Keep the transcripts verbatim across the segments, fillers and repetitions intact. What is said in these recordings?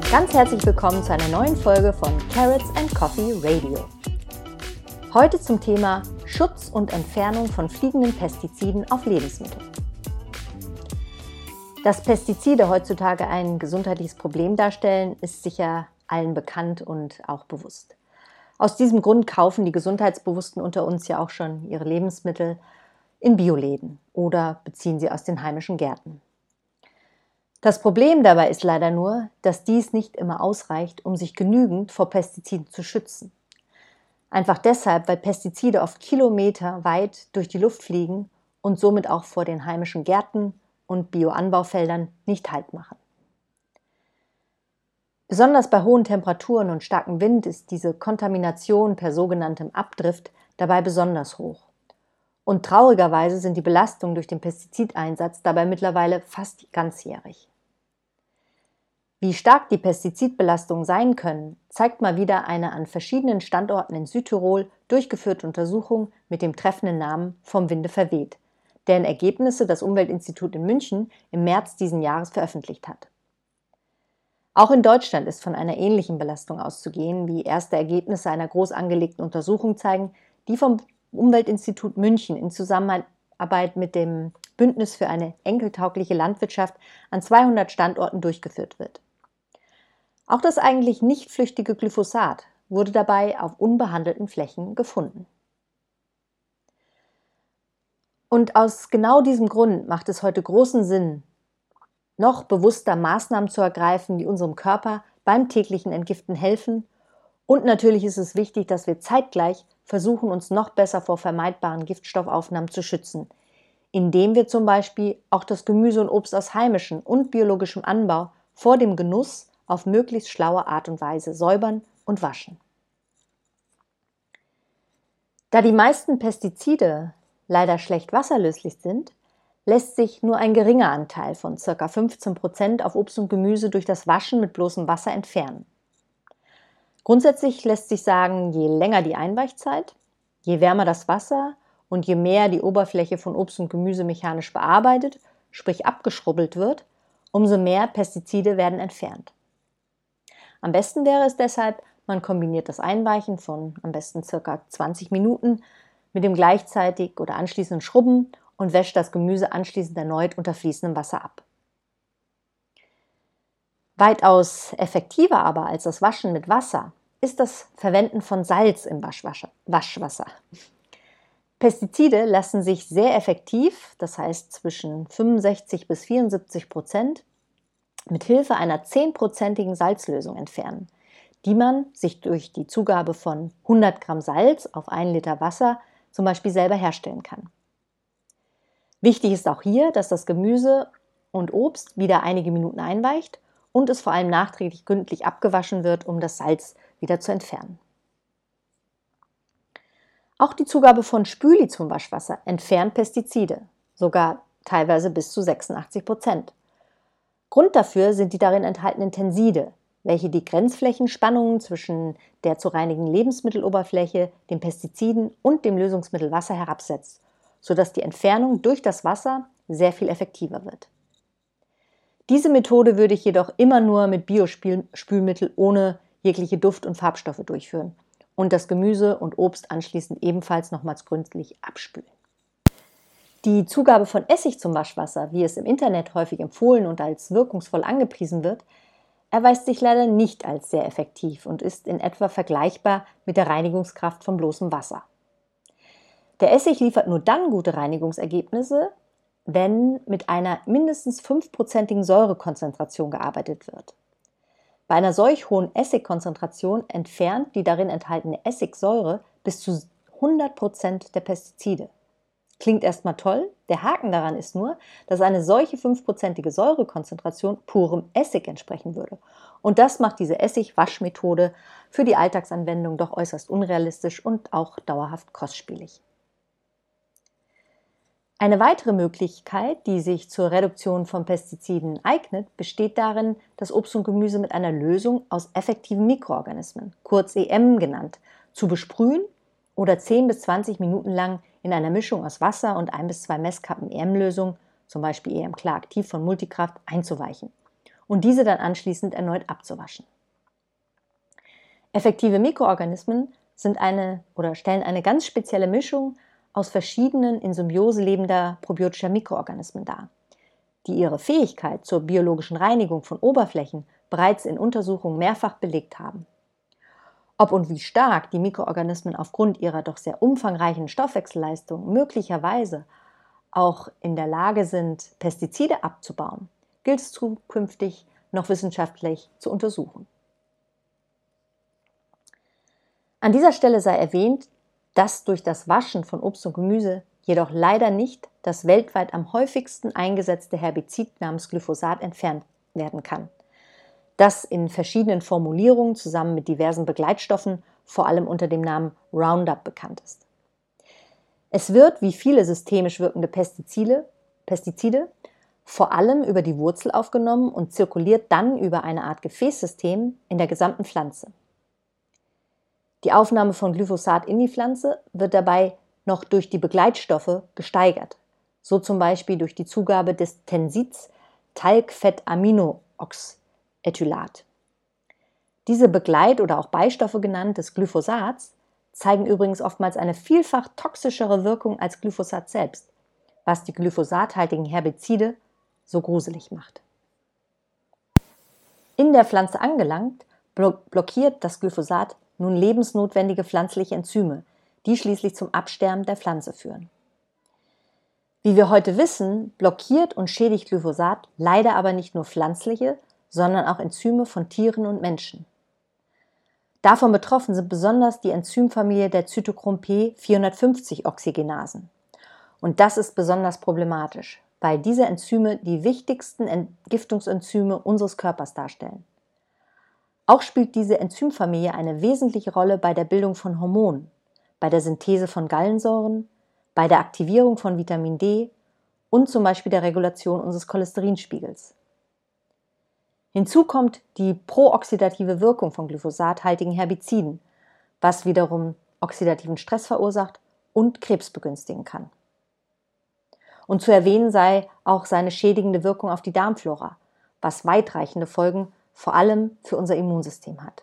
Ganz herzlich willkommen zu einer neuen Folge von Carrots and Coffee Radio. Heute zum Thema Schutz und Entfernung von fliegenden Pestiziden auf Lebensmitteln. Dass Pestizide heutzutage ein gesundheitliches Problem darstellen, ist sicher allen bekannt und auch bewusst. Aus diesem Grund kaufen die Gesundheitsbewussten unter uns ja auch schon ihre Lebensmittel in Bioläden oder beziehen sie aus den heimischen Gärten. Das Problem dabei ist leider nur, dass dies nicht immer ausreicht, um sich genügend vor Pestiziden zu schützen. Einfach deshalb, weil Pestizide oft kilometerweit durch die Luft fliegen und somit auch vor den heimischen Gärten und Bioanbaufeldern nicht Halt machen. Besonders bei hohen Temperaturen und starkem Wind ist diese Kontamination per sogenanntem Abdrift dabei besonders hoch. Und traurigerweise sind die Belastungen durch den Pestizideinsatz dabei mittlerweile fast ganzjährig. Wie stark die Pestizidbelastungen sein können, zeigt mal wieder eine an verschiedenen Standorten in Südtirol durchgeführte Untersuchung mit dem treffenden Namen Vom Winde verweht, deren Ergebnisse das Umweltinstitut in München im März diesen Jahres veröffentlicht hat. Auch in Deutschland ist von einer ähnlichen Belastung auszugehen, wie erste Ergebnisse einer groß angelegten Untersuchung zeigen, die vom Umweltinstitut München in Zusammenarbeit mit dem Bündnis für eine enkeltaugliche Landwirtschaft an zweihundert Standorten durchgeführt wird. Auch das eigentlich nicht flüchtige Glyphosat wurde dabei auf unbehandelten Flächen gefunden. Und aus genau diesem Grund macht es heute großen Sinn, noch bewusster Maßnahmen zu ergreifen, die unserem Körper beim täglichen Entgiften helfen. Und natürlich ist es wichtig, dass wir zeitgleich versuchen, uns noch besser vor vermeidbaren Giftstoffaufnahmen zu schützen, indem wir zum Beispiel auch das Gemüse und Obst aus heimischem und biologischem Anbau vor dem Genuss auf möglichst schlaue Art und Weise säubern und waschen. Da die meisten Pestizide leider schlecht wasserlöslich sind, lässt sich nur ein geringer Anteil von ca. fünfzehn Prozent auf Obst und Gemüse durch das Waschen mit bloßem Wasser entfernen. Grundsätzlich lässt sich sagen, je länger die Einweichzeit, je wärmer das Wasser und je mehr die Oberfläche von Obst und Gemüse mechanisch bearbeitet, sprich abgeschrubbelt wird, umso mehr Pestizide werden entfernt. Am besten wäre es deshalb, man kombiniert das Einweichen von am besten ca. zwanzig Minuten mit dem gleichzeitig oder anschließenden Schrubben und wäscht das Gemüse anschließend erneut unter fließendem Wasser ab. Weitaus effektiver aber als das Waschen mit Wasser ist das Verwenden von Salz im Waschwasser. Pestizide lassen sich sehr effektiv, das heißt zwischen fünfundsechzig bis vierundsiebzig Prozent, mit Hilfe einer zehnprozentigen Salzlösung entfernen, die man sich durch die Zugabe von hundert Gramm Salz auf einen Liter Wasser zum Beispiel selber herstellen kann. Wichtig ist auch hier, dass das Gemüse und Obst wieder einige Minuten einweicht und es vor allem nachträglich gründlich abgewaschen wird, um das Salz wieder zu entfernen. Auch die Zugabe von Spüli zum Waschwasser entfernt Pestizide, sogar teilweise bis zu sechsundachtzig Prozent. Grund dafür sind die darin enthaltenen Tenside, welche die Grenzflächenspannungen zwischen der zu reinigenden Lebensmitteloberfläche, den Pestiziden und dem Lösungsmittel Wasser herabsetzt, sodass die Entfernung durch das Wasser sehr viel effektiver wird. Diese Methode würde ich jedoch immer nur mit Biospülmittel ohne jegliche Duft- und Farbstoffe durchführen und das Gemüse und Obst anschließend ebenfalls nochmals gründlich abspülen. Die Zugabe von Essig zum Waschwasser, wie es im Internet häufig empfohlen und als wirkungsvoll angepriesen wird, erweist sich leider nicht als sehr effektiv und ist in etwa vergleichbar mit der Reinigungskraft von bloßem Wasser. Der Essig liefert nur dann gute Reinigungsergebnisse, wenn mit einer mindestens fünfprozentigen Säurekonzentration gearbeitet wird. Bei einer solch hohen Essigkonzentration entfernt die darin enthaltene Essigsäure bis zu hundert Prozent der Pestizide. Klingt erstmal toll, der Haken daran ist nur, dass eine solche fünfprozentige Säurekonzentration purem Essig entsprechen würde. Und das macht diese Essig-Waschmethode für die Alltagsanwendung doch äußerst unrealistisch und auch dauerhaft kostspielig. Eine weitere Möglichkeit, die sich zur Reduktion von Pestiziden eignet, besteht darin, das Obst und Gemüse mit einer Lösung aus effektiven Mikroorganismen, kurz E M genannt, zu besprühen oder zehn bis zwanzig Minuten lang in einer Mischung aus Wasser und ein bis zwei Messkappen E M-Lösung, zum Beispiel E M Klar Aktiv von Multikraft, einzuweichen und diese dann anschließend erneut abzuwaschen. Effektive Mikroorganismen sind eine oder stellen eine ganz spezielle Mischung aus verschiedenen in Symbiose lebender probiotischer Mikroorganismen dar, die ihre Fähigkeit zur biologischen Reinigung von Oberflächen bereits in Untersuchungen mehrfach belegt haben. Ob und wie stark die Mikroorganismen aufgrund ihrer doch sehr umfangreichen Stoffwechselleistung möglicherweise auch in der Lage sind, Pestizide abzubauen, gilt es zukünftig noch wissenschaftlich zu untersuchen. An dieser Stelle sei erwähnt, dass durch das Waschen von Obst und Gemüse jedoch leider nicht das weltweit am häufigsten eingesetzte Herbizid namens Glyphosat entfernt werden kann, das in verschiedenen Formulierungen zusammen mit diversen Begleitstoffen vor allem unter dem Namen Roundup bekannt ist. Es wird, wie viele systemisch wirkende Pestizide, Pestizide, vor allem über die Wurzel aufgenommen und zirkuliert dann über eine Art Gefäßsystem in der gesamten Pflanze. Die Aufnahme von Glyphosat in die Pflanze wird dabei noch durch die Begleitstoffe gesteigert, so zum Beispiel durch die Zugabe des Tensids Talgfettaminoxethylat. Diese Begleit- oder auch Beistoffe genannt des Glyphosats zeigen übrigens oftmals eine vielfach toxischere Wirkung als Glyphosat selbst, was die glyphosathaltigen Herbizide so gruselig macht. In der Pflanze angelangt, blockiert das Glyphosat nun lebensnotwendige pflanzliche Enzyme, die schließlich zum Absterben der Pflanze führen. Wie wir heute wissen, blockiert und schädigt Glyphosat leider aber nicht nur pflanzliche, sondern auch Enzyme von Tieren und Menschen. Davon betroffen sind besonders die Enzymfamilie der Zytochrom P vierhundertfünfzig Oxygenasen. Und das ist besonders problematisch, weil diese Enzyme die wichtigsten Entgiftungsenzyme unseres Körpers darstellen. Auch spielt diese Enzymfamilie eine wesentliche Rolle bei der Bildung von Hormonen, bei der Synthese von Gallensäuren, bei der Aktivierung von Vitamin D und zum Beispiel der Regulation unseres Cholesterinspiegels. Hinzu kommt die prooxidative Wirkung von glyphosathaltigen Herbiziden, was wiederum oxidativen Stress verursacht und Krebs begünstigen kann. Und zu erwähnen sei auch seine schädigende Wirkung auf die Darmflora, was weitreichende Folgen vor allem für unser Immunsystem hat.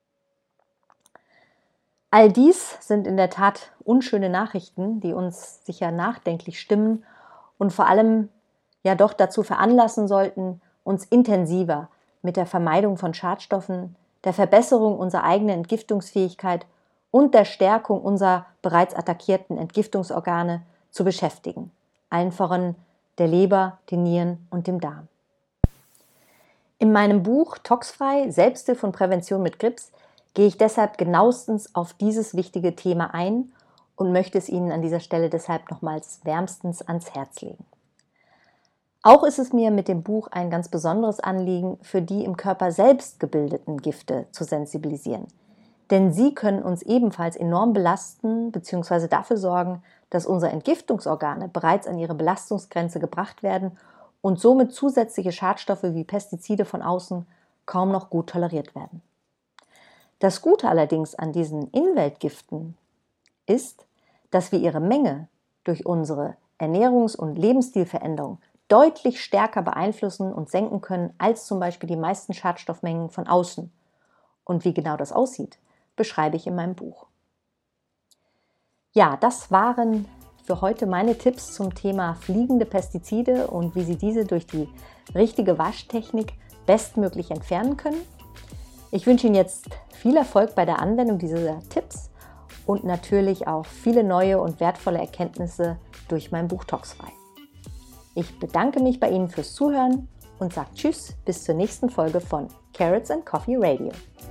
All dies sind in der Tat unschöne Nachrichten, die uns sicher nachdenklich stimmen und vor allem ja doch dazu veranlassen sollten, uns intensiver mit der Vermeidung von Schadstoffen, der Verbesserung unserer eigenen Entgiftungsfähigkeit und der Stärkung unserer bereits attackierten Entgiftungsorgane zu beschäftigen, allen voran der Leber, den Nieren und dem Darm. In meinem Buch Toxfrei – Selbsthilfe und Prävention mit Grips gehe ich deshalb genauestens auf dieses wichtige Thema ein und möchte es Ihnen an dieser Stelle deshalb nochmals wärmstens ans Herz legen. Auch ist es mir mit dem Buch ein ganz besonderes Anliegen, für die im Körper selbst gebildeten Gifte zu sensibilisieren. Denn sie können uns ebenfalls enorm belasten bzw. dafür sorgen, dass unsere Entgiftungsorgane bereits an ihre Belastungsgrenze gebracht werden und somit zusätzliche Schadstoffe wie Pestizide von außen kaum noch gut toleriert werden. Das Gute allerdings an diesen Inweltgiften ist, dass wir ihre Menge durch unsere Ernährungs- und Lebensstilveränderung deutlich stärker beeinflussen und senken können als zum Beispiel die meisten Schadstoffmengen von außen. Und wie genau das aussieht, beschreibe ich in meinem Buch. Ja, das waren für heute meine Tipps zum Thema fliegende Pestizide und wie Sie diese durch die richtige Waschtechnik bestmöglich entfernen können. Ich wünsche Ihnen jetzt viel Erfolg bei der Anwendung dieser Tipps und natürlich auch viele neue und wertvolle Erkenntnisse durch mein Buch Toxfrei. Ich bedanke mich bei Ihnen fürs Zuhören und sage Tschüss bis zur nächsten Folge von Carrots and Coffee Radio.